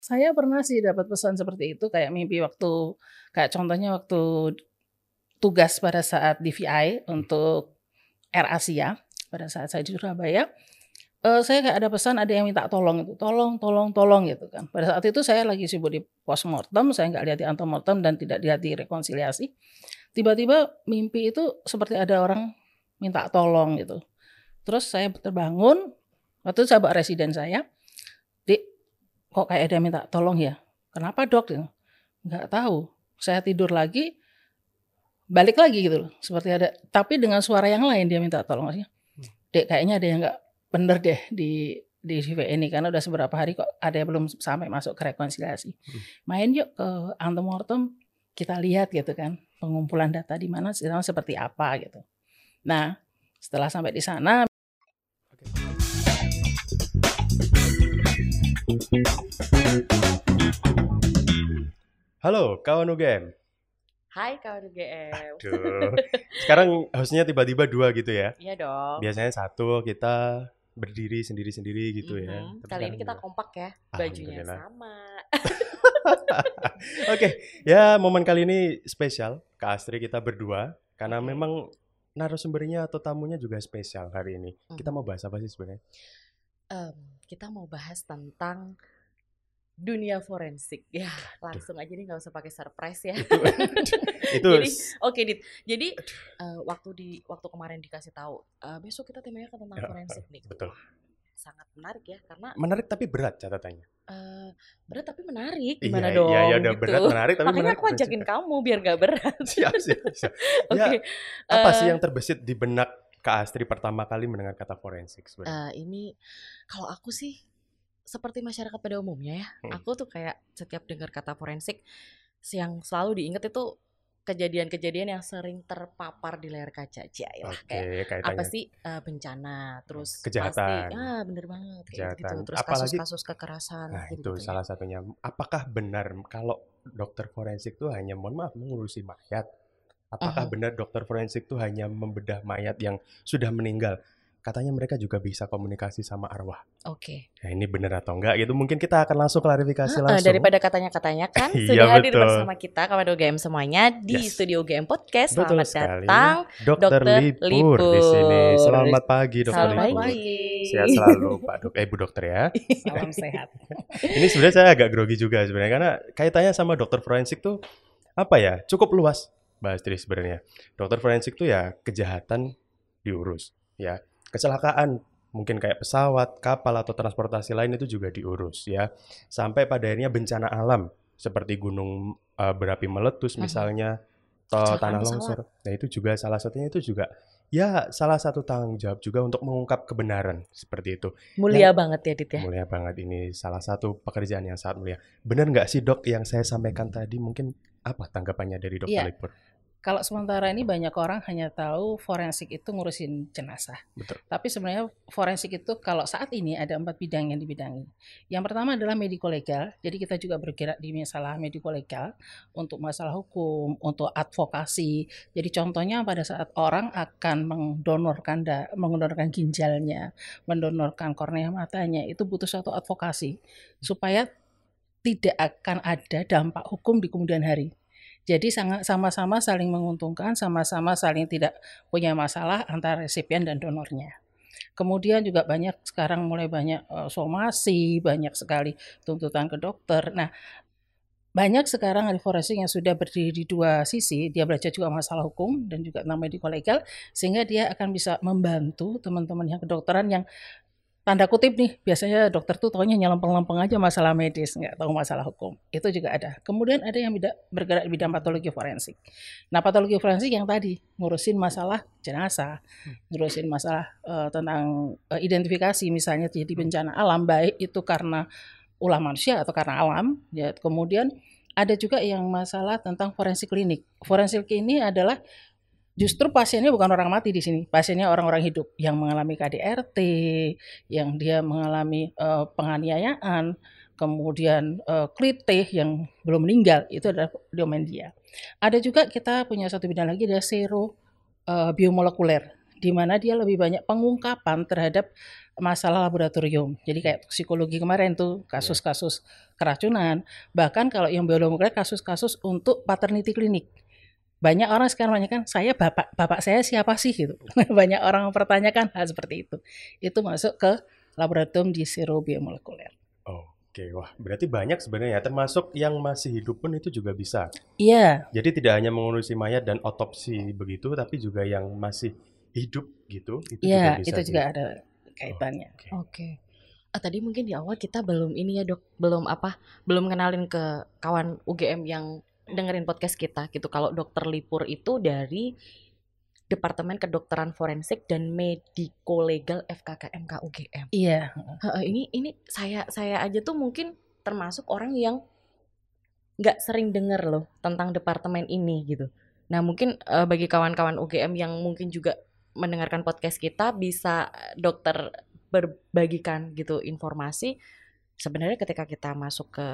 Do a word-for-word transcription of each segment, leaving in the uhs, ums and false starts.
Saya pernah sih dapat pesan seperti itu, kayak mimpi waktu kayak contohnya waktu tugas pada saat D V I untuk AirAsia, pada saat saya di Surabaya, eee, saya kayak ada pesan ada yang minta tolong itu, "Tolong tolong tolong," gitu kan. Pada saat itu saya lagi sibuk di postmortem, saya nggak lihat di antemortem dan tidak lihat di rekonsiliasi. Tiba-tiba mimpi itu seperti ada orang minta tolong gitu. Terus saya terbangun, waktu itu saya bawa residen saya, "Dik, kok kayak ada yang minta tolong ya?" "Kenapa Dok?" Gitu. "Nggak tahu." Saya tidur lagi, balik lagi gitu loh, seperti ada tapi dengan suara yang lain dia minta tolong, maksudnya, "Dek, kayaknya ada yang nggak bener deh di di D V I ini, karena udah seberapa hari kok ada yang belum sampai masuk ke rekonsiliasi. Main yuk ke antemortem, kita lihat," gitu kan, "pengumpulan data di mana, sekarang seperti apa," gitu. Nah, setelah sampai di sana Halo kawan U G M. Hai kawan U G M. Aduh, sekarang hostnya tiba-tiba dua gitu ya? Iya dong. Biasanya satu kita berdiri sendiri-sendiri gitu Mhm. ya. Tapi Kali ini kita dua. kompak ya, bajunya sama. Oke, okay. Ya momen kali ini spesial, Kak Astri kita berdua, karena okay. memang narasumbernya atau tamunya juga spesial hari ini. Mm-hmm. Kita mau bahas apa sih sebenarnya? Um, kita mau bahas tentang dunia forensik ya, langsung aja nih, nggak usah pakai surprise ya. Itu, itu jadi oke okay, Dit. Jadi uh, waktu di waktu kemarin dikasih tahu uh, besok kita temanya kan tentang forensik nih. Betul. Sangat menarik ya, karena menarik tapi berat catatannya. Uh, berat tapi menarik, gimana iya, dong? Iya, iya udah gitu. berat menarik tapi makanya menarik, aku ajakin kamu biar nggak berat. siap, siap, siap. Ya, okay. Apa uh, sih yang terbesit di benak Kak Astri pertama kali mendengar kata forensik sebenarnya? Uh, ini kalau aku sih seperti masyarakat pada umumnya ya, hmm. aku tuh kayak setiap dengar kata forensik, yang selalu diingat itu kejadian-kejadian yang sering terpapar di layar kaca, Jailah okay, kayak apa sih uh, bencana, terus kejahatan, pasti, ah bener banget, kejahatan, kayak gitu, terus apalagi kasus-kasus kekerasan, nah gitu, itu gitu, salah ya. satunya. Apakah benar kalau dokter forensik itu hanya mohon maaf mengurusi mayat? Apakah uh-huh. benar dokter forensik itu hanya membedah mayat yang sudah meninggal? Katanya mereka juga bisa komunikasi sama arwah. Oke. Okay. Nah ini benar atau enggak? Itu mungkin kita akan langsung klarifikasi uh, langsung. Daripada katanya-katanya kan sudah iya, hadir betul. bersama kita kawan U G M semuanya di yes. studio U G M Podcast. Betul Selamat sekali. datang Dokter Lipur, Lipur di sini. Selamat pagi Dokter Selamat Lipur. Pagi. Sehat selalu Pak Dok, eh Bu Dokter ya. Salam sehat. Ini sebenarnya saya agak grogi juga sebenarnya karena kaitannya sama dokter forensik tuh apa ya? Cukup luas. Mbak Astri sebenarnya. Dokter forensik itu ya kejahatan diurus, ya. Kecelakaan mungkin kayak pesawat, kapal atau transportasi lain itu juga diurus ya. Sampai pada akhirnya bencana alam seperti gunung uh, berapi meletus misalnya, atau tanah longsor. Nah, itu juga salah satunya itu juga ya salah satu tanggung jawab juga untuk mengungkap kebenaran seperti itu. Mulia yang, banget ya Dit ya. Mulia banget, ini salah satu pekerjaan yang sangat mulia. Benar nggak sih Dok yang saya sampaikan tadi? Mungkin apa tanggapannya dari Dokter ya. Lipur? Kalau sementara ini banyak orang hanya tahu forensik itu ngurusin jenazah. Betul. Tapi sebenarnya forensik itu kalau saat ini ada empat bidang yang dibidangi. Yang pertama adalah medico-legal. Jadi kita juga bergerak di masalah medico-legal untuk masalah hukum, untuk advokasi. Jadi contohnya pada saat orang akan mendonorkan da, mendonorkan ginjalnya, mendonorkan kornea matanya, itu butuh suatu advokasi supaya tidak akan ada dampak hukum di kemudian hari. Jadi sama-sama saling menguntungkan, sama-sama saling tidak punya masalah antara resipien dan donornya. Kemudian juga banyak sekarang mulai banyak uh, somasi, banyak sekali tuntutan ke dokter. Nah, banyak sekarang ahli forensik yang sudah berdiri di dua sisi, dia belajar juga masalah hukum dan juga tentang medical legal, sehingga dia akan bisa membantu teman-teman yang kedokteran yang tanda kutip nih, biasanya dokter tuh taunya hanya lempeng-lempeng aja masalah medis, nggak tahu masalah hukum. Itu juga ada. Kemudian ada yang bergerak di bidang patologi forensik. Nah, patologi forensik yang tadi ngurusin masalah jenazah, ngurusin masalah uh, tentang uh, identifikasi misalnya jadi bencana alam, baik itu karena ulah manusia atau karena alam. Ya, kemudian ada juga yang masalah tentang forensik klinik. Forensik ini adalah justru pasiennya bukan orang mati di sini, pasiennya orang-orang hidup yang mengalami K D R T, yang dia mengalami uh, penganiayaan, kemudian uh, klitih yang belum meninggal, itu adalah domain dia. Ada juga kita punya satu bidang lagi, ada sero uh, biomolekuler, di mana dia lebih banyak pengungkapan terhadap masalah laboratorium. Jadi kayak toksikologi kemarin tuh kasus-kasus keracunan. Bahkan kalau yang biologi molekuler kasus-kasus untuk paternity klinik. Banyak orang sekarang menanyakan, saya bapak bapak saya siapa sih gitu. Banyak orang mempertanyakan hal seperti itu. Itu masuk ke laboratorium di serobiomolekuler. Oke, wah berarti banyak sebenarnya, termasuk yang masih hidup pun itu juga bisa. Iya. Jadi tidak hanya mengurusi mayat dan otopsi begitu, tapi juga yang masih hidup gitu, itu juga Iya, bisa. itu sih. juga ada kaitannya. Oke. Oke. Ah, tadi mungkin di awal kita belum ini ya dok, belum apa, belum kenalin ke kawan U G M yang dengerin podcast kita gitu. Kalau dokter Lipur itu dari Departemen Kedokteran Forensik dan Mediko Legal F K K M K U G M. Iya. Heeh, ini ini saya saya aja tuh mungkin termasuk orang yang nggak sering denger loh tentang departemen ini gitu. Nah mungkin uh, bagi kawan-kawan U G M yang mungkin juga mendengarkan podcast kita, bisa dokter berbagikan gitu informasi. Sebenarnya ketika kita masuk ke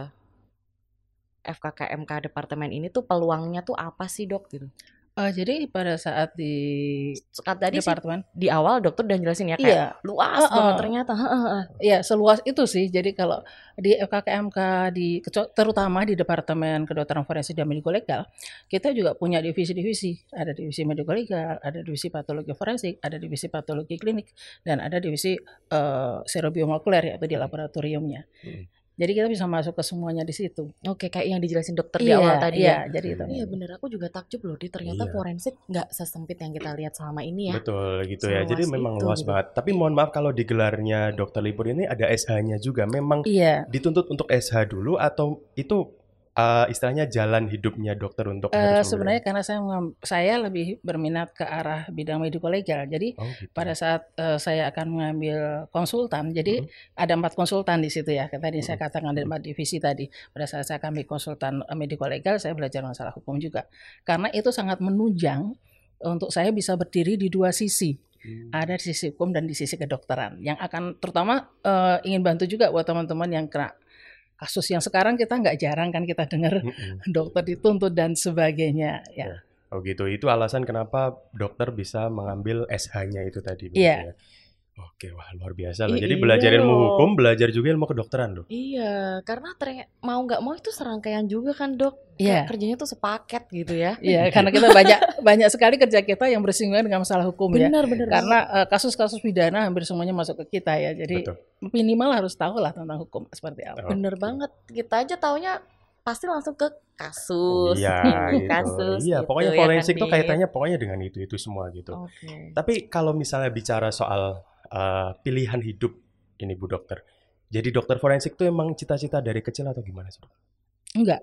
F K K M K departemen ini tuh peluangnya tuh apa sih dok gitu? Uh, jadi pada saat di Sekat tadi departemen sih, di awal dokter udah jelasin ya kayak iya, luas uh-uh. banget ternyata. Iya, seluas itu sih. Jadi kalau di F K K M K di terutama di Departemen Kedokteran Forensik dan Mediko Legal, kita juga punya divisi-divisi. Ada divisi Mediko Legal, ada divisi Patologi Forensik, ada divisi Patologi Klinik, dan ada divisi uh, serobiomolekuler yaitu di laboratoriumnya. Hmm. Jadi kita bisa masuk ke semuanya di situ. Oke, kayak yang dijelasin dokter iya, di awal tadi iya, ya. Jadi itu. Iya bener, aku juga takjub loh. Di ternyata iya. Forensik nggak sesempit yang kita lihat selama ini ya. Betul gitu ya. Jadi memang itu, luas gitu. banget. Tapi mohon maaf kalau di gelarnya dokter Lipur ini ada S H-nya juga. Memang iya. dituntut untuk S H dulu atau itu uh, istilahnya jalan hidupnya dokter untuk uh, sebenarnya karena saya saya lebih berminat ke arah bidang mediko legal. Jadi oh, gitu. Pada saat uh, saya akan mengambil konsultan, jadi uh-huh. ada empat konsultan di situ ya. Tadi uh-huh. saya katakan ada empat divisi tadi. Pada saat saya akan ambil konsultan uh, mediko legal, saya belajar masalah hukum juga. Karena itu sangat menunjang untuk saya bisa berdiri di dua sisi. Hmm. Ada di sisi hukum dan di sisi kedokteran. Yang akan terutama uh, ingin bantu juga buat teman-teman yang kena kasus yang sekarang kita nggak jarang kan kita dengar mm-hmm. dokter dituntut dan sebagainya ya. Oh gitu, itu alasan kenapa dokter bisa mengambil S H-nya itu tadi. Iya. Ya. Oke, wah luar biasa loh. Jadi I- belajar ilmu loh. hukum, belajar juga ilmu kedokteran loh. Iya, karena ternyata mau nggak mau itu serangkaian juga kan dok. Iya. Kerjanya tuh sepaket gitu ya. Iya, karena kita banyak banyak sekali kerja kita yang bersinggungan dengan masalah hukum benar, ya. Benar, benar. Karena uh, kasus-kasus pidana hampir semuanya masuk ke kita ya. Jadi Betul. minimal harus tahu lah tentang hukum seperti apa. Oh, bener okay. banget. Kita aja taunya pasti langsung ke kasus. Iya, gitu. kasus. Iya, gitu, pokoknya ya forensik kan, tuh kaitannya pokoknya dengan itu itu semua gitu. Okay. Tapi kalau misalnya bicara soal uh, pilihan hidup ini Bu Dokter. Jadi dokter forensik tuh emang cita-cita dari kecil atau gimana sih? Enggak.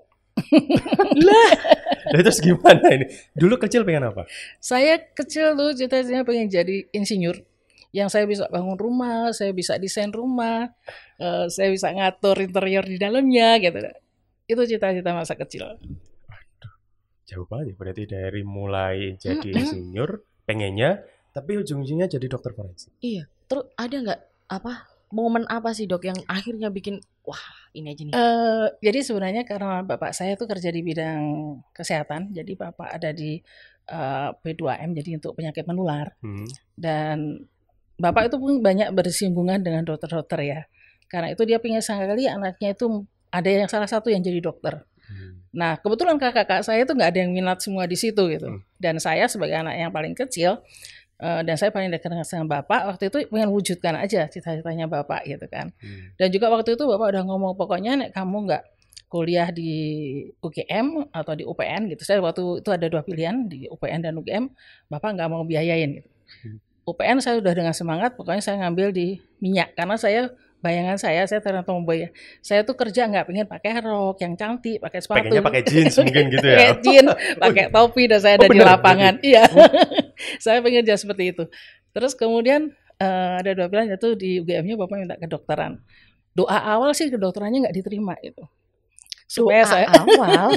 Lah, terus gimana ini? Dulu kecil pengen apa? Saya kecil tuh cita-citanya pengen jadi insinyur. Yang saya bisa bangun rumah, saya bisa desain rumah, uh, saya bisa ngatur interior di dalamnya gitu. Itu cita-cita masa kecil. Waduh, jauh banget ya. Berarti dari mulai jadi mm-hmm. insinyur, pengennya, tapi ujung-ujungnya jadi dokter forensik. Iya. Terus ada nggak apa momen apa sih dok yang akhirnya bikin wah ini aja nih? Uh, jadi sebenarnya karena bapak saya tuh kerja di bidang kesehatan, jadi bapak ada di uh, P dua M, jadi untuk penyakit menular. Hmm. Dan bapak itu pun banyak bersinggungan dengan dokter-dokter ya. Karena itu dia pengen sekali anaknya itu ada yang salah satu yang jadi dokter. Hmm. Nah kebetulan kakak-kakak saya itu nggak ada yang minat semua di situ gitu. Hmm. Dan saya sebagai anak yang paling kecil uh, dan saya paling dekat dengan bapak, waktu itu pengen wujudkan aja cita-citanya bapak gitu kan. Hmm. Dan juga waktu itu bapak udah ngomong pokoknya nek kamu nggak kuliah di U G M atau di U P N gitu. Saya waktu itu ada dua pilihan di U P N dan U G M, bapak nggak mau biayain gitu. Hmm. U P N saya udah dengan semangat, pokoknya saya ngambil di minyak karena saya bayangan saya, saya ternyata tomboy ya. Saya tuh kerja nggak pengen pakai rok yang cantik, pakai sepatu. Pengennya pakai jeans mungkin gitu ya. Pakai jeans, pakai topi dan saya ada oh, di lapangan. Bener. Iya, oh. Saya pengen jadi seperti itu. Terus kemudian uh, ada dua pilihan yaitu di U G M-nya bapak minta kedokteran. Doa awal sih kedokterannya nggak diterima itu. Supaya Doa saya awal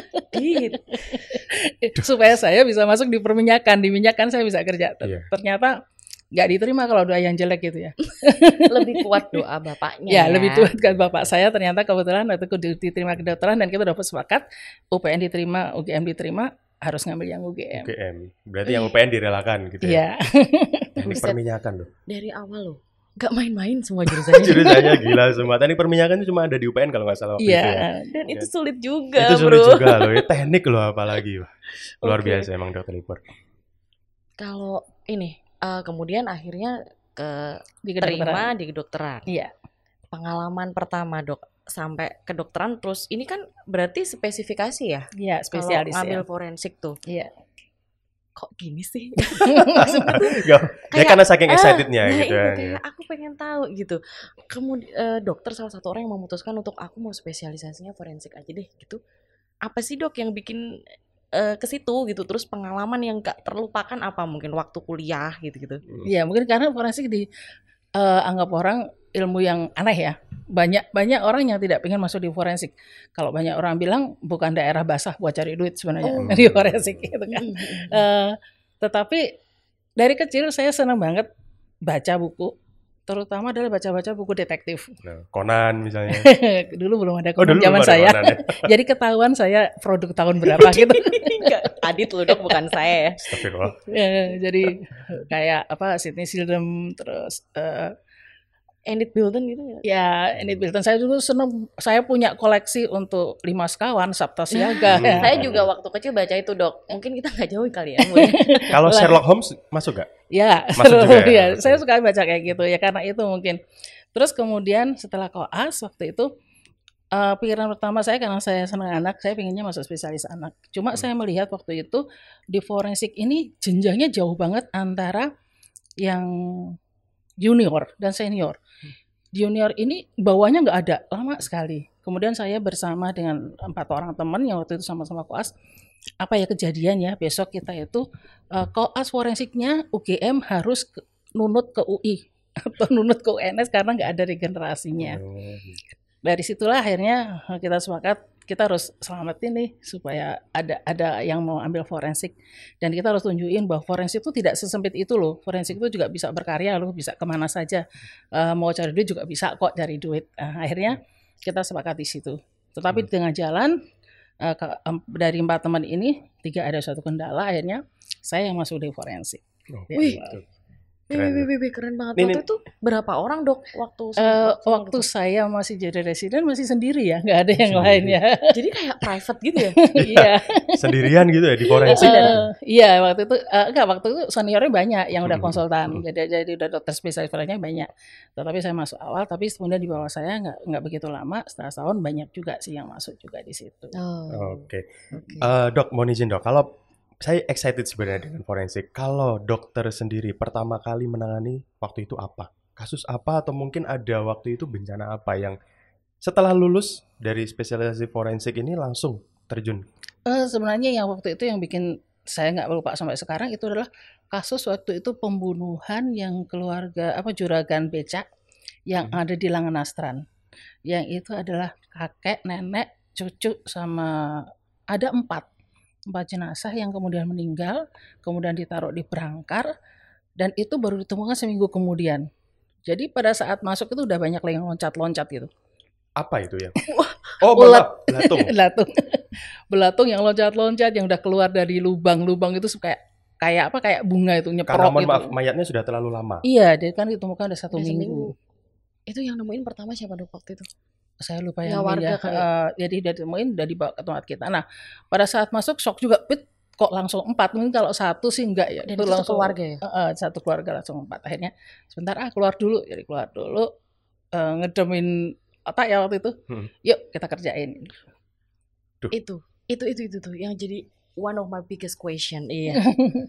supaya saya bisa masuk di perminyakan, di minyakan saya bisa kerja. Yeah. Ternyata nggak diterima kalau doa yang jelek gitu ya. Lebih kuat doa bapaknya. Ya, ya. Lebih kuat kan bapak saya. Ternyata kebetulan waktu itu diterima kedokteran dan kita dapat sepakat U P N diterima, U G M diterima, harus ngambil yang U G M. U G M. Berarti yang U P N direlakan gitu ya. Iya. Teknik perminyakan loh. Dari awal loh. Gak main-main semua jurusannya. Jurusannya gila semua. Teknik perminyakan itu cuma ada di U P N kalau nggak salah waktu Iya. itu ya. Dan itu Ya. sulit juga, Itu sulit bro. juga loh, ya teknik loh apalagi. Wah, luar Oke. biasa emang dokter Libur. Kalau ini, eh, kemudian akhirnya ke Di terima kedokteran. di kedokteran. Iya. Pengalaman pertama dok sampai kedokteran, terus ini kan berarti spesifikasi ya? Iya, Kalau spesialis ngambil ya. forensik tuh, Iya. kok gini sih? Maksudnya tuh Nggak, ya kayak, karena saking ah, excitednya nah gitu itu kan. kayak aku pengen tahu gitu. Kemudian dokter salah satu orang yang memutuskan untuk aku mau spesialisasinya forensik aja deh gitu. Apa sih dok yang bikin eh, ke situ gitu? Terus pengalaman yang gak terlupakan apa? Mungkin waktu kuliah gitu-gitu. Iya, mungkin karena forensik di eh, anggap orang ilmu yang aneh ya. Banyak banyak orang yang tidak pengen masuk di forensik. Kalau banyak orang bilang bukan daerah basah buat cari duit sebenarnya Oh. di forensik gitu kan. Mm, mm, mm. Eh, tetapi dari kecil saya senang banget baca buku, terutama adalah baca-baca buku detektif. Nah, Conan misalnya. Dulu belum ada Oh, Conan dulu zaman belum ada saya. Conan ya. Jadi ketahuan saya produk tahun berapa gitu. Enggak, Adit lu dok, bukan saya ya. Astagfirullah. Eh, jadi kayak apa Sidney Sheldon terus eh, Enid Blyton gitu ya. ya Enid Blyton. Saya dulu seneng, saya punya koleksi untuk Lima Sekawan, Sabta Siaga. Hmm. ya. Saya juga waktu kecil baca itu dok. Mungkin kita nggak jauh kali ya. Kalau Sherlock Holmes masuk gak? Ya, Masuk juga ya? ya, Oke. saya suka baca kayak gitu ya karena itu mungkin. Terus kemudian setelah koas waktu itu eh, pikiran pertama saya karena saya senang anak, saya pinginnya masuk spesialis anak. Cuma Hmm. saya melihat waktu itu di forensik ini jenjangnya jauh banget antara yang junior dan senior. Junior ini bawahnya nggak ada, lama sekali. Kemudian saya bersama dengan empat orang teman yang waktu itu sama-sama koas. Apa ya kejadian ya besok kita itu eh, koas forensiknya U G M harus ke- nunut ke U I atau nunut ke U N S karena nggak ada regenerasinya. Oh, Dari situlah akhirnya eh, kita sepakat kita harus selamatin nih supaya ada ada yang mau ambil forensik dan kita harus tunjukin bahwa forensik itu tidak sesempit itu loh. Forensik itu juga bisa berkarya loh, bisa kemana saja. Eh, mau cari duit juga bisa kok cari duit. Nah, akhirnya kita sepakat di situ. Tetapi di tengah jalan eh, ke- em, dari empat teman ini tiga ada suatu kendala akhirnya saya yang masuk di forensik. Oh, Wih. gitu. Wih, Keren. wih, wih, wih, keren banget. Nih, Waktu nih. itu berapa orang dok? Waktu Eh, waktu waktu saya masih jadi residen masih sendiri ya, nggak ada yang Sendiri. lain ya. Jadi kayak private gitu ya? Iya. Sendirian gitu ya di forensik. Eh, iya waktu itu eh, enggak waktu itu seniornya banyak yang udah Hmm. konsultan Hmm. jadi jadi udah dokter spesialis forensik banyak. Tetapi saya masuk awal tapi kemudian di bawah saya nggak nggak begitu lama setelah setahun banyak juga sih yang masuk juga di situ. Oh, Oke. oke. Eh, dok, mau izin dok, kalau saya excited sebenarnya dengan forensik. Kalau dokter sendiri pertama kali menangani waktu itu apa? Kasus apa atau mungkin ada waktu itu bencana apa yang setelah lulus dari spesialisasi forensik ini langsung terjun? Eh, sebenarnya yang waktu itu yang bikin saya nggak lupa sampai sekarang itu adalah kasus waktu itu pembunuhan yang keluarga apa juragan becak yang Hmm. ada di Langenastran. Yang itu adalah kakek, nenek, cucu sama ada empat empat jenazah yang kemudian meninggal, kemudian ditaruh di berangkar dan itu baru ditemukan seminggu kemudian. Jadi pada saat masuk itu udah banyak yang loncat-loncat gitu. Apa itu ya? Oh, Ulat. malah belatung. Belatung. Belatung yang loncat-loncat yang udah keluar dari lubang-lubang itu kayak kayak apa kayak bunga itu Karena nyeprok mohon gitu. maaf, mayatnya sudah terlalu lama. Iya, dia kan ditemukan udah satu Udah minggu. seminggu. Itu yang nemuin pertama siapa dok waktu itu? Saya lupa Ya, yang warga ya, kali. eh, jadi udah ditemuin udah dibawa ke tempat kita. Nah, pada saat masuk shock juga, Pit, kok langsung empat? Mungkin kalau satu sih enggak ya. Dan Itu itu langsung keluarga ya? eh, eh, satu keluarga langsung empat. Akhirnya sebentar ah keluar dulu, jadi keluar dulu eh, ngedemin otak ya waktu itu. Hmm. Yuk kita kerjain. Itu, itu, itu, itu tuh yang jadi one of my biggest question. Iya.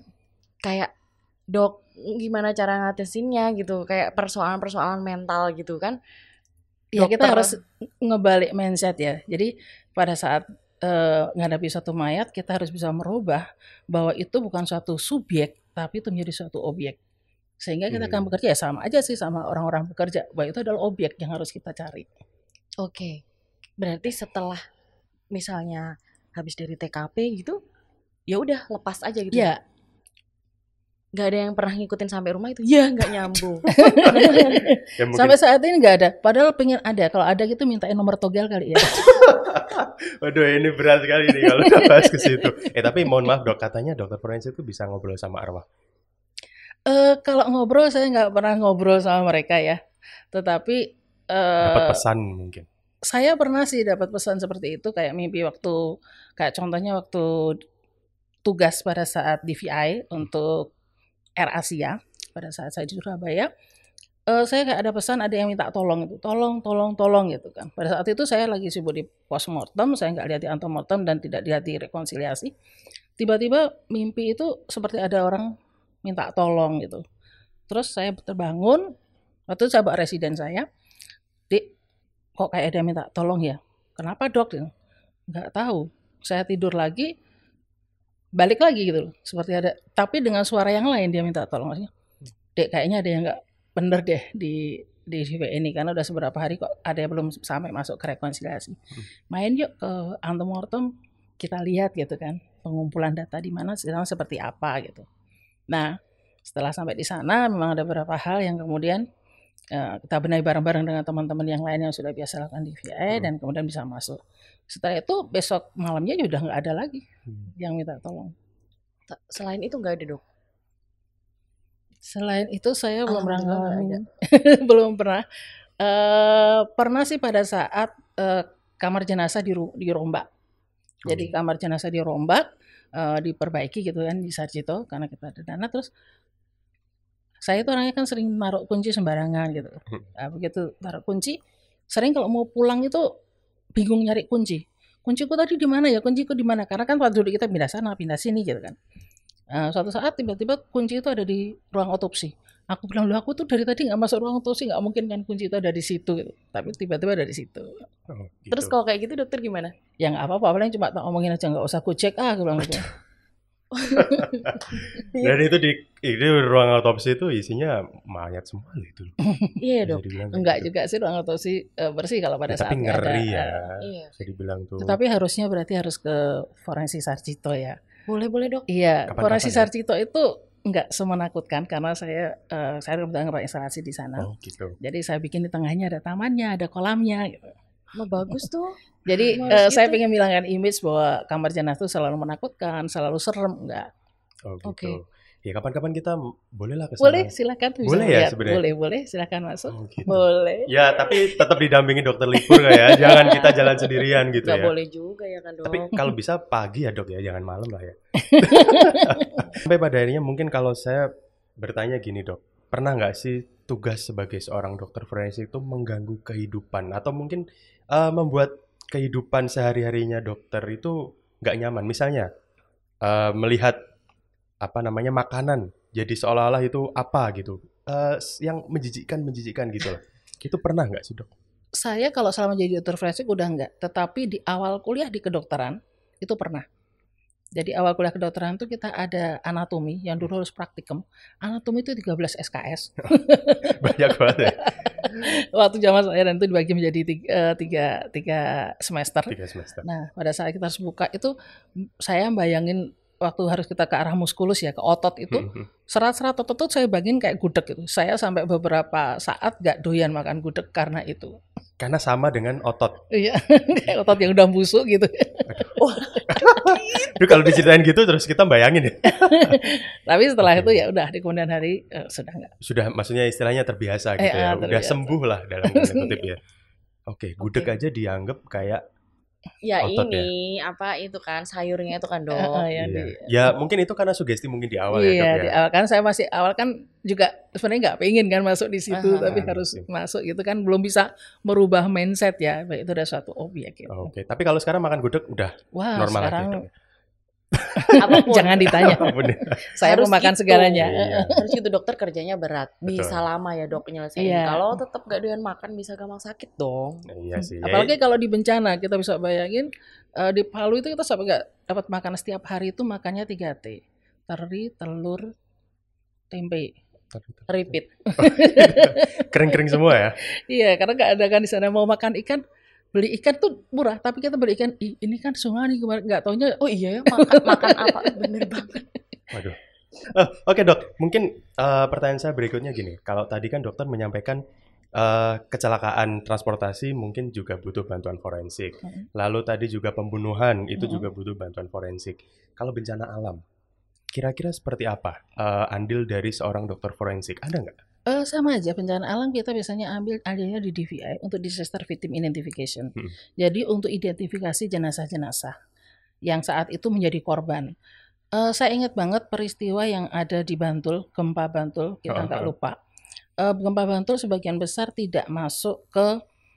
Kayak dok, gimana cara ngatasinnya gitu? Kayak persoalan-persoalan mental gitu kan? Ya kita Dokter. harus ngebalik mindset ya. Jadi pada saat eh, menghadapi suatu mayat kita harus bisa merubah bahwa itu bukan suatu subjek tapi itu menjadi suatu objek. Sehingga kita akan Hmm. bekerja ya sama aja sih sama orang-orang bekerja bahwa itu adalah objek yang harus kita cari. Oke. Berarti setelah misalnya habis dari T K P gitu, ya udah lepas aja gitu. Ya, Gak ada yang pernah ngikutin sampai rumah itu. Ya nggak nyambung. Ya, mungkin sampai saat ini nggak ada. Padahal pengen ada. Kalau ada gitu mintain nomor togel kali ya. Waduh, ini berat sekali nih kalau udah bahas ke situ. Eh tapi mohon maaf dok, katanya dokter forensik itu bisa ngobrol sama arwah. Uh, kalau ngobrol saya nggak pernah ngobrol sama mereka ya, tetapi uh, dapat pesan mungkin. Saya pernah sih dapat pesan seperti itu, kayak mimpi waktu, kayak contohnya waktu tugas pada saat D V I untuk Air Asia pada saat saya di Surabaya. Uh, saya kayak ada pesan, ada yang minta tolong itu, tolong, tolong, tolong gitu kan. Pada saat itu saya lagi sibuk di postmortem, saya nggak lihat di antemortem dan tidak lihat di rekonsiliasi. Tiba-tiba mimpi itu seperti ada orang minta tolong gitu. Terus saya terbangun, waktu itu saya bawa residen saya, Dik, kok kayak ada minta tolong ya? Kenapa dok? Nggak tahu. Saya tidur lagi, balik lagi gitu loh, seperti ada, tapi dengan suara yang lain dia minta tolong. Maksudnya, Dek, kayaknya ada yang nggak bener deh di di D V I ini, karena udah seberapa hari kok ada yang belum sampai masuk ke rekonsiliasi. Hmm. Main yuk ke antemortem, kita lihat gitu kan, pengumpulan data di mana sekarang seperti apa gitu. Nah, setelah sampai di sana memang ada beberapa hal yang kemudian uh, kita benahi bareng-bareng dengan teman-teman yang lain yang sudah biasa lakukan D V I hmm. dan kemudian bisa masuk. Setelah itu besok malamnya ya udah nggak ada lagi hmm. yang minta tolong. Selain itu nggak ada dok? Selain itu saya belum pernah ngalamin. belum pernah. Uh, pernah sih pada saat uh, kamar jenazah dirombak. Jadi okay. kamar jenazah dirombak, uh, diperbaiki gitu kan di Sarjito karena kita ada dana. Terus saya itu orangnya kan sering naruh kunci sembarangan gitu. Nah, begitu taruh kunci, sering kalau mau pulang itu bingung nyari kunci. Kunciku tadi di mana ya? Kunciku di mana? Karena kan waktu dulu kita pindah sana, pindah sini gitu kan. Nah, suatu saat tiba-tiba kunci itu ada di ruang otopsi. Aku bilang, loh aku tuh dari tadi nggak masuk ruang otopsi, nggak mungkin kan kunci itu ada di situ. Gitu. Tapi tiba-tiba ada di situ. Oh, gitu. Terus kalau kayak gitu dokter gimana? Ya nggak apa-apa, paling cuma tak ngomongin aja, nggak usah ku cek ah, aku bilang gitu. Dan itu di ini ruang otopsi itu isinya mayat semua itu. Iya dok. Enggak gitu. Juga sih ruang otopsi uh, bersih kalau pada ya, saat tapi ngeri ada, ya. Uh, iya. Bisa dibilang tuh. Tapi harusnya berarti harus ke forensik Sarjito ya. Boleh boleh dok. Iya, forensik Sarjito ya? Itu enggak semenakutkan karena saya uh, saya udah nggak instalasi di sana. Oh, gitu. Jadi saya bikin di tengahnya ada tamannya, ada kolamnya gitu. Oh, bagus tuh. Jadi uh, gitu. Saya pengen bilangkan image bahwa kamar jenazah itu selalu menakutkan, selalu serem, enggak. Oh gitu. Okay. Ya kapan-kapan kita bolehlah ke sana. Boleh, silakan. Bisa boleh ya sebenarnya. Boleh, boleh, silakan masuk. Oh, gitu. Boleh. Ya tapi tetap didampingi dokter libur ya. Jangan kita jalan sendirian gitu Gak ya. boleh juga ya kan dok. Tapi kalau bisa pagi ya dok ya, jangan malam lah ya. Sampai pada akhirnya mungkin kalau saya bertanya gini dok, pernah nggak sih tugas sebagai seorang dokter forensik itu mengganggu kehidupan atau mungkin uh, membuat kehidupan sehari-harinya dokter itu nggak nyaman? Misalnya uh, melihat apa namanya makanan jadi seolah-olah itu apa gitu uh, yang menjijikkan menjijikkan gitu lah. Itu pernah nggak sih dok? Saya kalau selama jadi dokter forensik udah enggak, tetapi di awal kuliah di kedokteran itu pernah. Jadi awal kuliah kedokteran itu kita ada anatomi yang dulu harus praktikum. Anatomi itu tiga belas S K S. Banyak banget ya. Waktu zaman saya dan itu dibagi menjadi tiga, tiga, tiga semester. Tiga semester. Nah pada saat kita harus buka itu saya bayangin waktu harus kita ke arah muskulus ya, ke otot itu, serat-serat otot itu saya bagiin kayak gudeg gitu. Saya sampai beberapa saat gak doyan makan gudeg karena itu. Karena sama dengan otot. Iya, kayak otot yang udah busuk gitu. Oh, itu kalau diceritain gitu terus kita bayangin ya. Tapi setelah okay. itu ya udah di kemudian hari uh, sudah enggak. Sudah maksudnya istilahnya terbiasa gitu eh, ya. Terbiasa. Udah sembuh lah dalam tanda kutip ya. Oke, okay, gudeg okay. aja dianggap kayak ya ini ya? Apa itu kan sayurnya itu kan dok. Uh, ya, iya. Ya mungkin itu karena sugesti mungkin di awal iya, ya dok ya. Di awal kan saya masih awal kan juga sebenarnya nggak pengen kan masuk di situ uh, tapi uh, harus okay. masuk gitu kan belum bisa merubah mindset ya itu udah suatu objek. Gitu. Oke okay. Tapi kalau sekarang makan gudeg udah Wah, normal sekarang... lagi. Apapun. Jangan ditanya. Saya harus mau makan itu. Segalanya. Iya. Harus itu dokter kerjanya berat, bisa Betul. lama ya dok nyelesain. Iya. Kalau tetap gak doyan makan bisa gampang sakit dong. Iya sih. Apalagi kalau di bencana kita bisa bayangin uh, di Palu itu kita sampai nggak dapat makan setiap hari itu makannya tiga T, teri, telur, tempe. Repeat. Kering-kering semua ya. Iya, karena nggak ada kan di sana mau makan ikan. Beli ikan tuh murah, tapi kita beli ikan, ini kan sungai nih kemarin, nggak taunya, oh iya ya makan, makan apa, bener banget. Waduh. Uh, Oke okay, dok, mungkin uh, pertanyaan saya berikutnya gini, kalau tadi kan dokter menyampaikan uh, kecelakaan transportasi mungkin juga butuh bantuan forensik, mm-hmm. lalu tadi juga pembunuhan itu mm-hmm. juga butuh bantuan forensik. Kalau bencana alam, kira-kira seperti apa uh, andil dari seorang dokter forensik? Ada nggak? Uh, sama aja, bencana alam kita biasanya ambil adanya di D V I untuk disaster victim identification. Hmm. Jadi untuk identifikasi jenazah-jenazah yang saat itu menjadi korban. Uh, saya ingat banget peristiwa yang ada di Bantul, gempa Bantul, kita nggak oh, lupa. Uh, gempa Bantul sebagian besar tidak masuk ke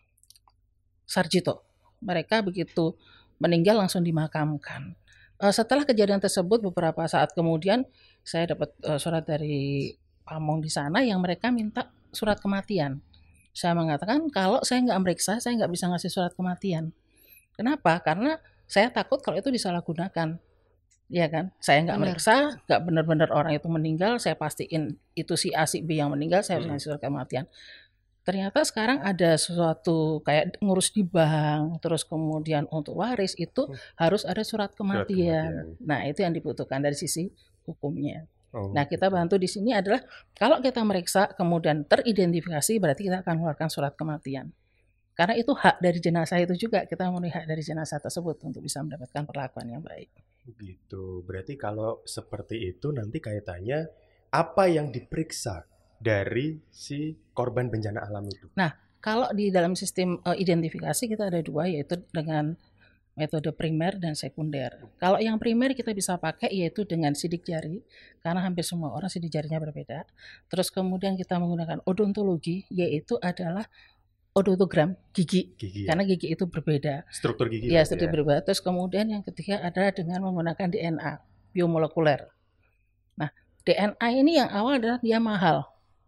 Sarjito. Mereka begitu meninggal langsung dimakamkan. Uh, setelah kejadian tersebut beberapa saat kemudian saya dapat uh, surat dari pamong di sana yang mereka minta surat kematian. Saya mengatakan kalau saya nggak meriksa, saya nggak bisa ngasih surat kematian. Kenapa? Karena saya takut kalau itu disalahgunakan. Ya kan? Saya nggak meriksa, nggak benar-benar orang itu meninggal, saya pastiin itu si A, si B yang meninggal, saya harus ngasih surat kematian. Ternyata sekarang ada sesuatu kayak ngurus di bank, terus kemudian untuk waris itu hmm. harus ada surat kematian. surat kematian. Nah, itu yang dibutuhkan dari sisi hukumnya. Oh, nah, kita bantu di sini adalah kalau kita meriksa kemudian teridentifikasi berarti kita akan mengeluarkan surat kematian. Karena itu hak dari jenazah itu juga, kita memenuhi hak dari jenazah tersebut untuk bisa mendapatkan perlakuan yang baik. Gitu. Berarti kalau seperti itu nanti kaitannya apa yang diperiksa dari si korban bencana alam itu? Nah, kalau di dalam sistem uh, identifikasi kita ada dua, yaitu dengan metode primer dan sekunder. Kalau yang primer kita bisa pakai yaitu dengan sidik jari, karena hampir semua orang sidik jarinya berbeda. Terus kemudian kita menggunakan odontologi, yaitu adalah odontogram gigi, gigi ya? Karena gigi itu berbeda. Struktur gigi. Ya, struktur ya. berbeda. Terus kemudian yang ketiga adalah dengan menggunakan D N A, biomolekuler. Nah, D N A ini yang awal adalah dia mahal.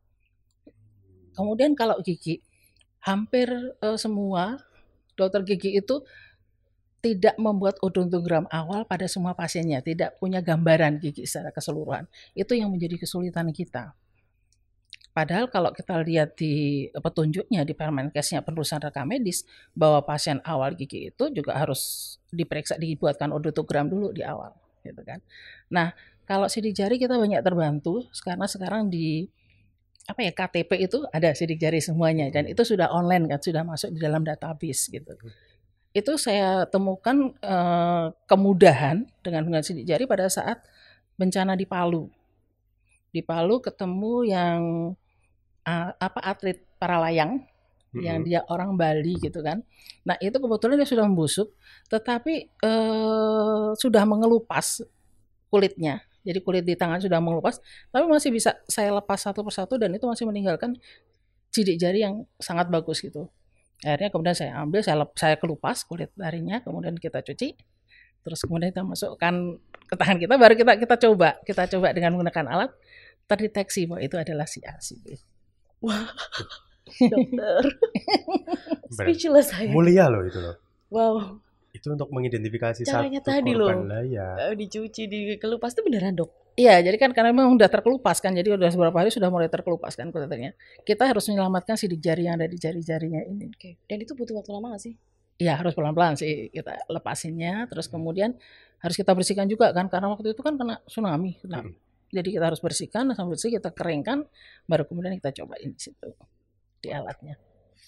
Kemudian kalau gigi, hampir uh, semua dokter gigi itu tidak membuat odontogram awal pada semua pasiennya, tidak punya gambaran gigi secara keseluruhan. Itu yang menjadi kesulitan kita. Padahal kalau kita lihat di petunjuknya di Permenkesnya penelusuran rekam medis bahwa pasien awal gigi itu juga harus diperiksa, dibuatkan odontogram dulu di awal, gitu kan. Nah, kalau sidik jari kita banyak terbantu karena sekarang di apa ya K T P itu ada sidik jari semuanya dan itu sudah online kan, sudah masuk di dalam database gitu. Itu saya temukan eh, kemudahan dengan menggunakan sidik jari pada saat bencana di Palu. Di Palu ketemu yang uh, apa atlet para layang mm-hmm. yang dia orang Bali gitu kan. Nah, itu kebetulan dia sudah membusuk tetapi uh, sudah mengelupas kulitnya. Jadi kulit di tangan sudah mengelupas, tapi masih bisa saya lepas satu persatu dan itu masih meninggalkan sidik jari yang sangat bagus gitu. Akhirnya kemudian saya ambil, saya lep, saya kelupas kulit jarinya, kemudian kita cuci, terus kemudian kita masukkan ke tangan kita, baru kita kita coba, kita coba dengan menggunakan alat, terdeteksi bahwa itu adalah si A, si B. Wah, dokter, speechless saya. Mulia loh itu loh. Wow. Itu untuk mengidentifikasi caranya satu tadi korban loh, lah ya. Dicuci, dikelupas itu beneran dok? Iya, jadi kan karena memang udah terkelupas kan, jadi udah beberapa hari sudah mulai terkelupas kan kulitnya. Kita harus menyelamatkan sidik jari yang ada di jari-jarinya ini. Oke. Dan itu butuh waktu lama nggak sih? Iya, harus pelan-pelan sih kita lepasinnya, terus kemudian harus kita bersihkan juga kan, karena waktu itu kan kena tsunami. Nah, hmm. Jadi kita harus bersihkan, sambil bersih kita keringkan, baru kemudian kita cobain di situ di alatnya.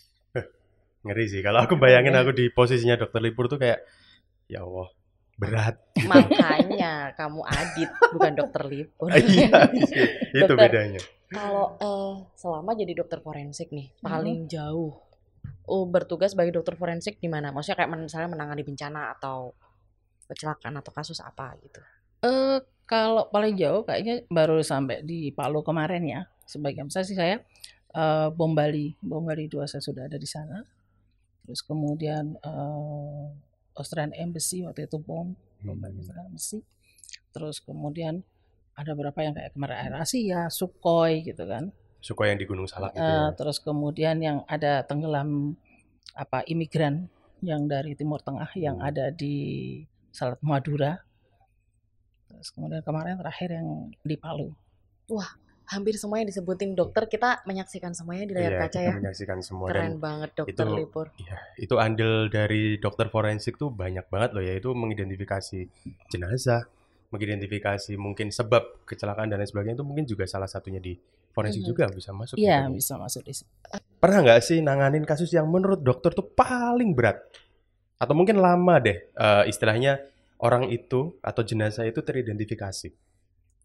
Ngeri sih, kalau aku bayangin aku di posisinya dokter Lipur tuh kayak, ya Allah, berat. Makanya kamu Adit, bukan dokter Lipur. Iya, itu dokter, bedanya. Kalau uh, selama jadi dokter forensik nih, paling hmm. jauh oh, bertugas sebagai dokter forensik di mana? Maksudnya kayak misalnya menangani bencana atau kecelakaan atau kasus apa gitu? Uh, kalau paling jauh kayaknya baru sampai di Palu kemarin ya. Sebagian besar sih saya uh, bom Bali, bom Bali dua saya sudah ada di sana. Terus kemudian uh, Australian Embassy waktu itu bom, bom Bali Australian Embassy. Terus kemudian ada beberapa yang kayak kemarin Air Asia, Sukhoi gitu kan. Sukhoi yang di Gunung Salak itu. Uh, ya. Terus kemudian yang ada tenggelam apa imigran yang dari Timur Tengah hmm. yang ada di Selat Madura. Terus kemudian kemarin terakhir yang di Palu. Wah, hampir semua yang disebutin dokter kita menyaksikan semuanya di layar iya, kaca kita ya. menyaksikan semua. Keren dan banget dokter itu, Lipur. Iya, itu andil dari dokter forensik tuh banyak banget loh ya. Itu mengidentifikasi jenazah, mengidentifikasi mungkin sebab kecelakaan dan lain sebagainya, itu mungkin juga salah satunya di forensik mm-hmm. juga bisa masuk. Iya, bisa masuk di situ. Pernah nggak sih nanganin kasus yang menurut dokter tuh paling berat? Atau mungkin lama deh uh, istilahnya orang itu atau jenazah itu teridentifikasi?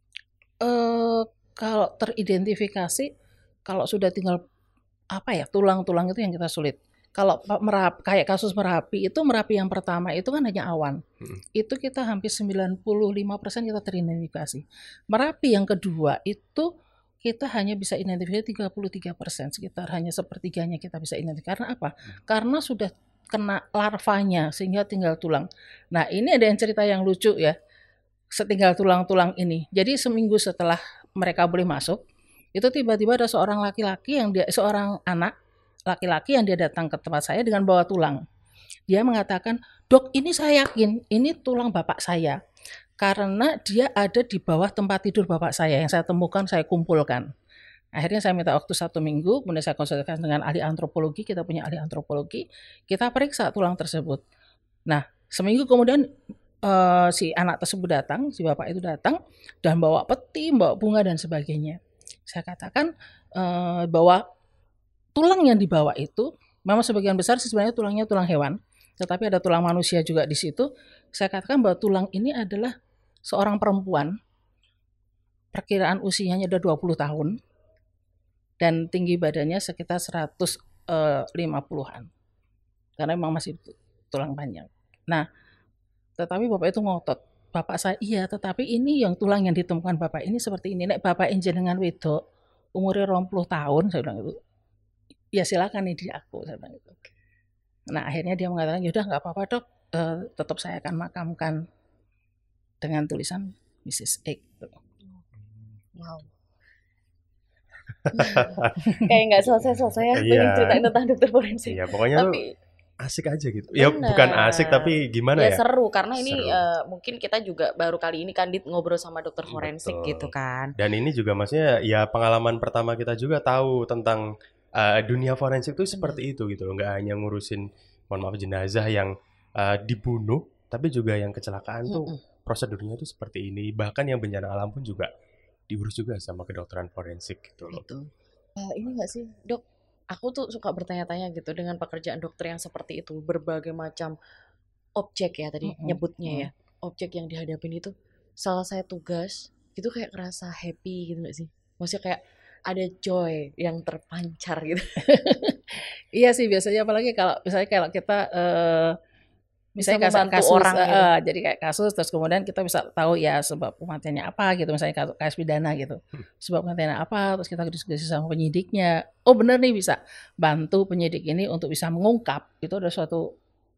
Uh, kalau teridentifikasi, kalau sudah tinggal apa ya tulang-tulang itu yang kita sulit. Kalau Merapi, kayak kasus Merapi itu Merapi yang pertama itu kan hanya awan, hmm. itu kita hampir sembilan puluh lima persen kita teridentifikasi. Merapi yang kedua itu kita hanya bisa identifikasi tiga puluh tiga persen, sekitar hanya sepertiganya kita bisa identifikasi. Karena apa? Hmm. Karena sudah kena larvanya sehingga tinggal tulang. Nah ini ada yang cerita yang lucu ya. Setinggal tulang-tulang ini. Jadi seminggu setelah mereka boleh masuk, itu tiba-tiba ada seorang laki-laki yang dia seorang anak laki-laki yang dia datang ke tempat saya dengan bawa tulang. Dia mengatakan, "Dok, ini saya yakin ini tulang bapak saya. Karena dia ada di bawah tempat tidur bapak saya yang saya temukan, saya kumpulkan." Akhirnya saya minta waktu satu minggu, kemudian saya konsultasi dengan ahli antropologi, kita punya ahli antropologi, kita periksa tulang tersebut. Nah, seminggu kemudian Uh, si anak tersebut datang, si bapak itu datang dan bawa peti, bawa bunga dan sebagainya. Saya katakan uh, bahwa tulang yang dibawa itu memang sebagian besar sebenarnya tulangnya tulang hewan, tetapi ada tulang manusia juga di situ. Saya katakan bahwa tulang ini adalah seorang perempuan, perkiraan usianya ada dua puluh tahun dan tinggi badannya sekitar seratus lima puluhan, karena memang masih tulang panjang. Nah, tetapi bapak itu ngotot, bapak saya iya, tetapi ini yang tulang yang ditemukan bapak ini seperti ini. Nek bapak jenengan wedok umurnya dua puluh tahun, saya bilang itu, ya silakan ini di aku, saya bilang itu. Nah akhirnya dia mengatakan, yaudah nggak apa-apa dok, uh, tetap saya akan makamkan dengan tulisan missus X. Wow. Kayak nggak selesai-selesai ya, pengen ceritain tentang dokter forensik. Iya pokoknya tapi asik aja gitu. Ya bener. Bukan asik tapi gimana ya? Ya seru karena ini uh, mungkin kita juga baru kali ini kan Dit ngobrol sama dokter forensik gitu kan. Dan ini juga maksudnya ya pengalaman pertama kita juga tahu tentang uh, dunia forensik itu seperti hmm. itu gitu loh. Nggak hanya ngurusin mohon maaf jenazah yang uh, dibunuh, tapi juga yang kecelakaan hmm. tuh prosedurnya tuh seperti ini. Bahkan yang bencana alam pun juga diurus juga sama kedokteran forensik gitu loh. Gitu. Uh, ini nggak sih dok? Aku tuh suka bertanya-tanya gitu dengan pekerjaan dokter yang seperti itu, berbagai macam objek ya tadi mm-hmm. nyebutnya ya, objek yang dihadapin itu selesai tugas itu kayak ngerasa happy gitu nggak sih? Maksudnya kayak ada joy yang terpancar gitu. Iya sih biasanya, apalagi kalau misalnya kalau kita uh, misalnya bisa kasus, kasus orang uh, gitu. uh, jadi kayak kasus terus kemudian kita bisa tahu ya sebab kematiannya apa gitu, misalnya kasus pidana gitu, sebab kematiannya apa, terus kita diskusi sama penyidiknya, oh benar nih bisa bantu penyidik ini untuk bisa mengungkap, itu ada suatu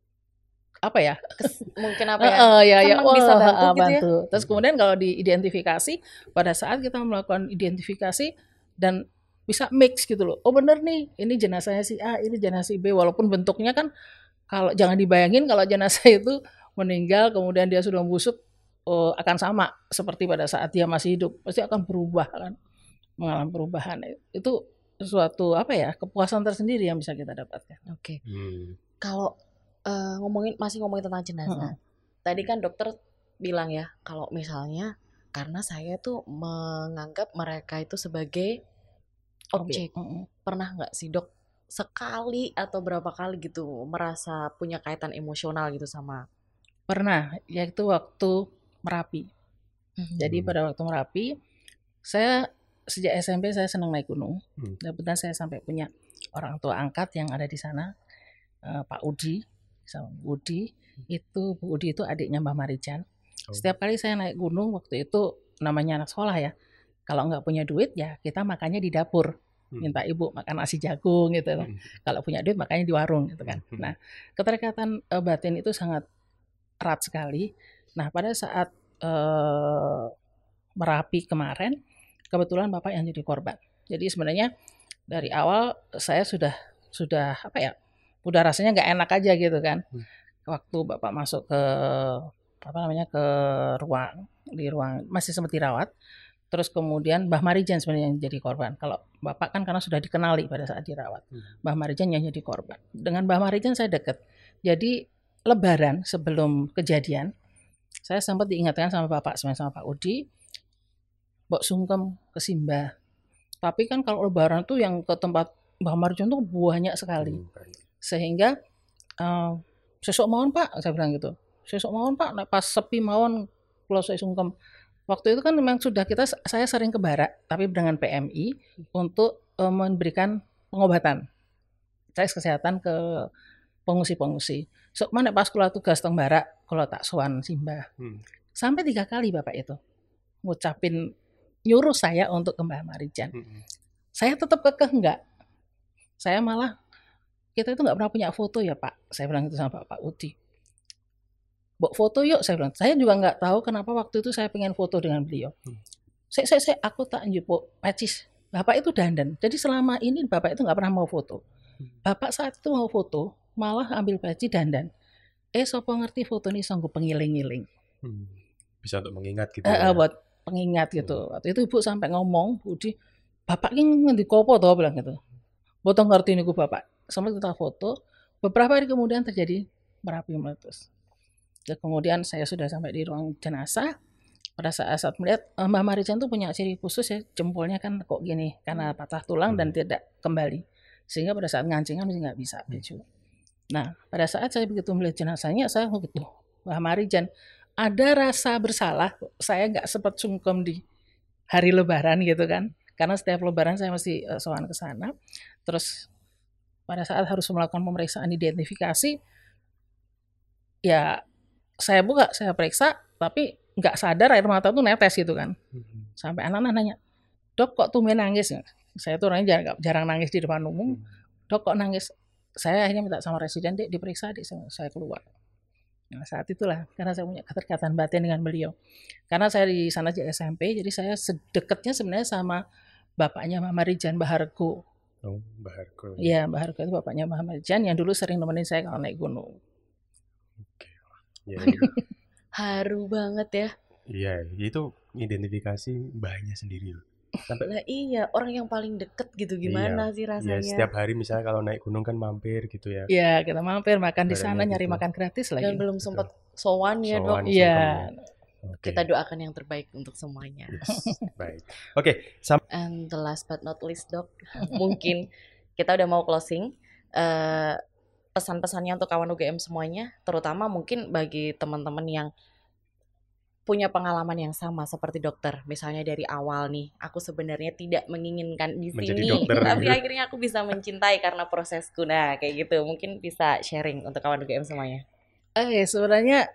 apa ya mungkin apa ya, uh, ya, ya oh, bisa bantu, uh, gitu bantu. Ya. Terus kemudian kalau diidentifikasi, pada saat kita melakukan identifikasi dan bisa mix gitu loh, oh benar nih ini jenazahnya si A, ini jenazah si B, walaupun bentuknya kan kalau jangan dibayangin kalau jenazah itu meninggal kemudian dia sudah membusuk, oh, akan sama seperti pada saat dia masih hidup, pasti akan berubah kan, mengalami perubahan. Itu suatu apa ya, kepuasan tersendiri yang bisa kita dapatkan. Oke. Okay. Hmm. Kalau uh, ngomongin masih ngomongin tentang jenazah, hmm. tadi kan dokter bilang ya kalau misalnya karena saya tuh menganggap mereka itu sebagai objek. Okay. Hmm. Pernah nggak sih dok sekali atau berapa kali gitu merasa punya kaitan emosional gitu sama? Pernah, yaitu waktu Merapi. Hmm. Jadi pada waktu Merapi, saya sejak S M P saya senang naik gunung. Hmm. Kebetulan saya sampai punya orang tua angkat yang ada di sana, uh, Pak Udi, sama Bu Udi. Itu Bu Udi itu adiknya Mbah Marijan. Oh. Setiap kali saya naik gunung waktu itu namanya anak sekolah ya, kalau nggak punya duit ya kita makannya di dapur. Minta ibu makan nasi jagung gitu. Hmm. Kalau punya duit makanya di warung gitu kan. Hmm. Nah, keterikatan uh, batin itu sangat erat sekali. Nah, pada saat uh, Merapi kemarin, kebetulan Bapak yang jadi korban. Jadi sebenarnya dari awal saya sudah sudah apa ya? Udah rasanya nggak enak aja gitu kan. Hmm. Waktu Bapak masuk ke apa namanya ke ruang di ruang masih sempat dirawat. Terus kemudian Mbah Marijan sebenarnya yang jadi korban. Kalau Bapak kan karena sudah dikenali pada saat dirawat. Hmm. Mbah Marijan yang jadi korban. Dengan Mbah Marijan saya dekat. Jadi Lebaran sebelum kejadian, saya sempat diingatkan sama Bapak, sama Pak Udi, Mbok sungkem ke Simbah. Tapi kan kalau Lebaran tuh yang ke tempat Mbah Marijan tuh banyak sekali. Hmm. Sehingga uh, sesuk mawon Pak, saya bilang gitu. Sesuk mawon Pak, pas sepi mawon kalau saya sungkem. Waktu itu kan memang sudah kita saya sering ke Barak, tapi dengan P M I untuk uh, memberikan pengobatan tes kesehatan ke pengungsi-pengungsi. So, mana pas kula tugas teng Barak, kalau tak sowan simbah. Hmm. Sampai tiga kali Bapak itu ngucapin nyuruh saya untuk ke Mbah Marijan. Hmm. Saya tetap kekeh enggak. Saya malah kita itu nggak pernah punya foto ya Pak. Saya bilang itu sama Pak Udi. Bok foto yuk, saya bilang. Saya juga nggak tahu kenapa waktu itu saya pengen foto dengan beliau. Hmm. Saya, saya, saya, aku tak njupuk pecis. Bapak itu dandan. Jadi selama ini Bapak itu nggak pernah mau foto. Bapak saat itu mau foto, malah ambil peci dandan. Eh, sopo ngerti foto ini sanggup pengiling-iling. Hmm. Bisa untuk mengingat gitu. Eh, ya? Buat pengingat gitu. Hmm. Waktu itu Ibu sampai ngomong, Budi, Bapak ini ngendi kopo toh bilang gitu. Botong ngerti niku Bapak. Sampai kita foto. Beberapa hari kemudian terjadi Merapi meletus. Dan kemudian saya sudah sampai di ruang jenazah. Pada saat, saat melihat Mbak Marijan tuh punya ciri khusus ya, jempolnya kan kok gini karena patah tulang hmm. dan tidak kembali. Sehingga pada saat ngancingan mesti nggak bisa baju. Nah, pada saat saya begitu melihat jenazahnya, saya begitu, Mbak Marijan, ada rasa bersalah. Saya nggak sempat sungkem di hari Lebaran gitu kan, karena setiap Lebaran saya mesti uh, sowan ke sana. Terus pada saat harus melakukan pemeriksaan identifikasi, ya saya buka, saya periksa, tapi nggak sadar air mata tuh netes gitu kan. Sampai anak-anak nanya, dok kok tumben nangis? Saya tuh orangnya jarang, jarang nangis di depan umum. Dok kok nangis? Saya akhirnya minta sama residen, dek diperiksa, dek saya keluar. Nah saat itulah, karena saya punya keterikatan batin dengan beliau. Karena saya di sana di S M P, jadi saya sedekatnya sebenarnya sama bapaknya Mbah Marijan, Mbah Hargo. Oh, Mbah Hargo. Iya, Mbah Hargo itu bapaknya Mbah Marijan yang dulu sering nemenin saya kalau naik gunung. Oke. Ya, ya. Haru banget ya. Iya, itu identifikasi mbahnya sendiri loh. Sampai lah iya, orang yang paling deket gitu gimana iya, sih rasanya? Iya, setiap hari misalnya kalau naik gunung kan mampir gitu ya. Iya, kita mampir makan di sana, nyari gitu. Makan gratis lagi. Dan belum sempat sowan ya, Dok. Iya. Okay. Kita doakan yang terbaik untuk semuanya. Yes, baik. Oke, okay, and the last but not least, Dok, mungkin kita udah mau closing. Uh, pesan-pesannya untuk kawan U G M semuanya, terutama mungkin bagi teman-teman yang punya pengalaman yang sama seperti dokter. Misalnya dari awal nih, aku sebenarnya tidak menginginkan di sini, tapi akhirnya aku bisa mencintai karena prosesku. Nah, kayak gitu. Mungkin bisa sharing untuk kawan U G M semuanya. Eh, sebenarnya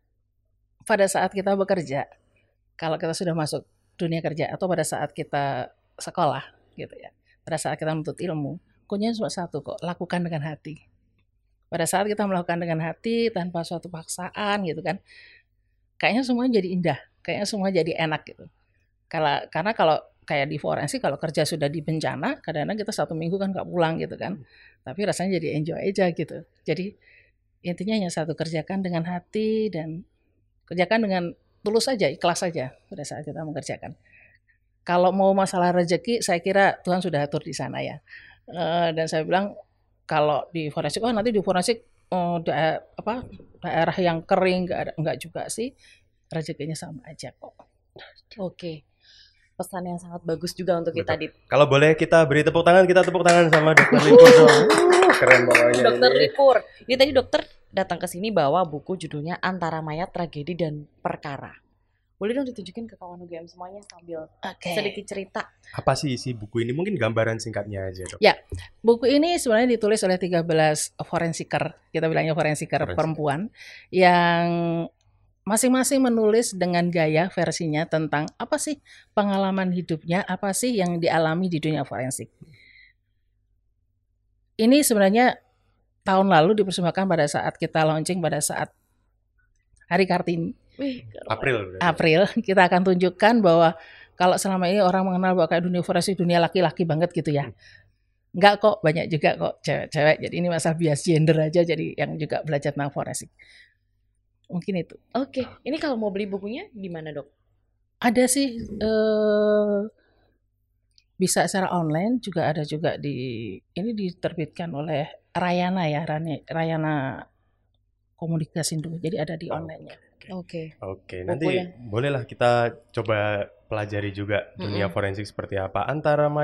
pada saat kita bekerja, kalau kita sudah masuk dunia kerja atau pada saat kita sekolah gitu ya, pada saat kita menuntut ilmu, kuncinya cuma satu kok, lakukan dengan hati. Pada saat kita melakukan dengan hati tanpa suatu paksaan gitu kan, kayaknya semuanya jadi indah, kayaknya semua jadi enak gitu. Kalau karena kalau kayak di forensik kalau kerja sudah di bencana, kadang-kadang kita satu minggu kan nggak pulang gitu kan, tapi rasanya jadi enjoy aja gitu. Jadi intinya hanya satu, kerjakan dengan hati dan kerjakan dengan tulus saja, ikhlas saja pada saat kita mengerjakan. Kalau mau masalah rezeki, saya kira Tuhan sudah atur di sana ya. Uh, dan saya bilang kalau di forensik, oh nanti di forensik oh, daerah, apa, daerah yang kering, enggak, ada, enggak juga sih, rezekinya sama aja kok. Oke, okay. Pesan yang sangat bagus juga untuk kita. Dit. Kalau boleh kita beri tepuk tangan, kita tepuk tangan sama Dokter Lipur dong. Keren pokoknya. Dokter Lipur. Ini tadi dokter datang ke sini bawa buku judulnya Antara Mayat, Tragedi, dan Perkara. Boleh dong ditunjukin ke kawan U G M semuanya sambil okay. sedikit cerita. Apa sih isi buku ini? Mungkin gambaran singkatnya aja, Dok. Ya, buku ini sebenarnya ditulis oleh tiga belas forensiker, kita bilangnya forensiker Forensik. perempuan, yang masing-masing menulis dengan gaya versinya tentang apa sih pengalaman hidupnya, apa sih yang dialami di dunia forensik. Ini sebenarnya tahun lalu dipersembahkan pada saat kita launching pada saat Hari Kartini. Wih, April. April kita akan tunjukkan bahwa kalau selama ini orang mengenal bahwa kayak dunia forensik dunia laki-laki banget gitu ya. Enggak kok, banyak juga kok cewek-cewek. Jadi ini masalah bias gender aja jadi yang juga belajar tentang forensik. Mungkin itu. Oke, ini kalau mau beli bukunya di mana, Dok? Ada sih eh, bisa secara online, juga ada juga di ini diterbitkan oleh Rayana ya, Rayana Komunikasi dulu. Jadi ada di online-nya. Oke. Oke, nanti bolehlah kita coba pelajari juga dunia mm-hmm. forensik seperti apa. Antara Mayat,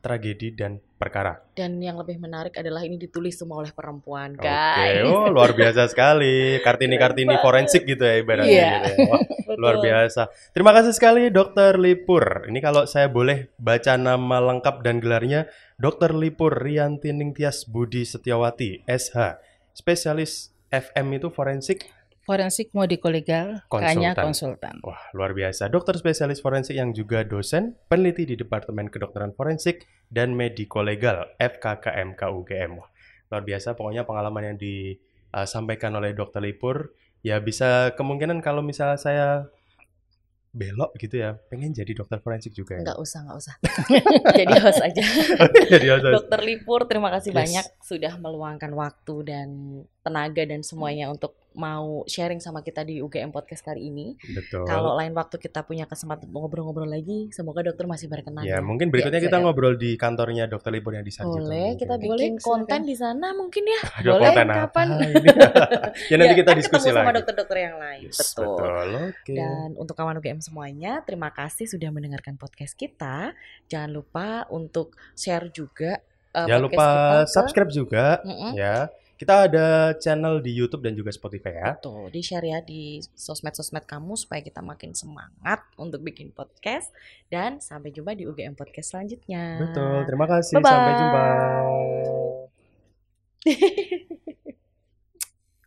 tragedi dan perkara. Dan yang lebih menarik adalah ini ditulis semua oleh perempuan, Oke, guys. oh luar biasa sekali. Kartini-kartini forensik gitu ya ibaratnya. Iya. Gitu ya. Wah, luar biasa. Terima kasih sekali Dokter Lipur. Ini kalau saya boleh baca nama lengkap dan gelarnya, Dokter Lipur Rianti Ningtyas Budi Setiawati, S H, spesialis F M itu forensik. Forensik mediko-legal, K-nya konsultan. Wah, luar biasa. Dokter spesialis forensik yang juga dosen, peneliti di Departemen Kedokteran Forensik dan Mediko-legal F K K M K U G M. Wah, luar biasa. Pokoknya pengalaman yang disampaikan oleh Dokter Lipur, ya bisa kemungkinan kalau misalnya saya belok gitu ya, pengen jadi dokter forensik juga ya? Nggak usah, nggak usah. Jadi host aja. Jadi host. Dokter Lipur, terima kasih Yes. banyak sudah meluangkan waktu dan tenaga dan semuanya untuk mau sharing sama kita di U G M Podcast kali ini. Betul. Kalau lain waktu kita punya kesempatan ngobrol-ngobrol lagi, semoga dokter masih berkenan. Ya, mungkin berikutnya Ya, kita saya- ngobrol di kantornya Dokter Lipur yang di Sarjito. Boleh, kita mungkin. bikin Boleh, konten silakan. di sana mungkin ya. Ada Boleh, konten apa kapan? ini? Ya nanti Ya, kita kan diskusi ketemu sama lagi. dokter-dokter yang lain. Yes, Betul. betul. Oke. Dan untuk kawan U G M semuanya, terima kasih sudah mendengarkan podcast kita. Jangan lupa untuk share juga uh, Jangan podcast lupa kita ke- subscribe juga Mm-mm. ya. Kita ada channel di YouTube dan juga Spotify ya. Betul, di-share ya di sosmed-sosmed kamu supaya kita makin semangat untuk bikin podcast. Dan sampai jumpa di U G M Podcast selanjutnya. Betul. Terima kasih. Bye-bye. Sampai jumpa.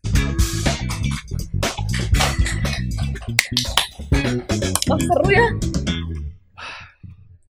Oh seru ya.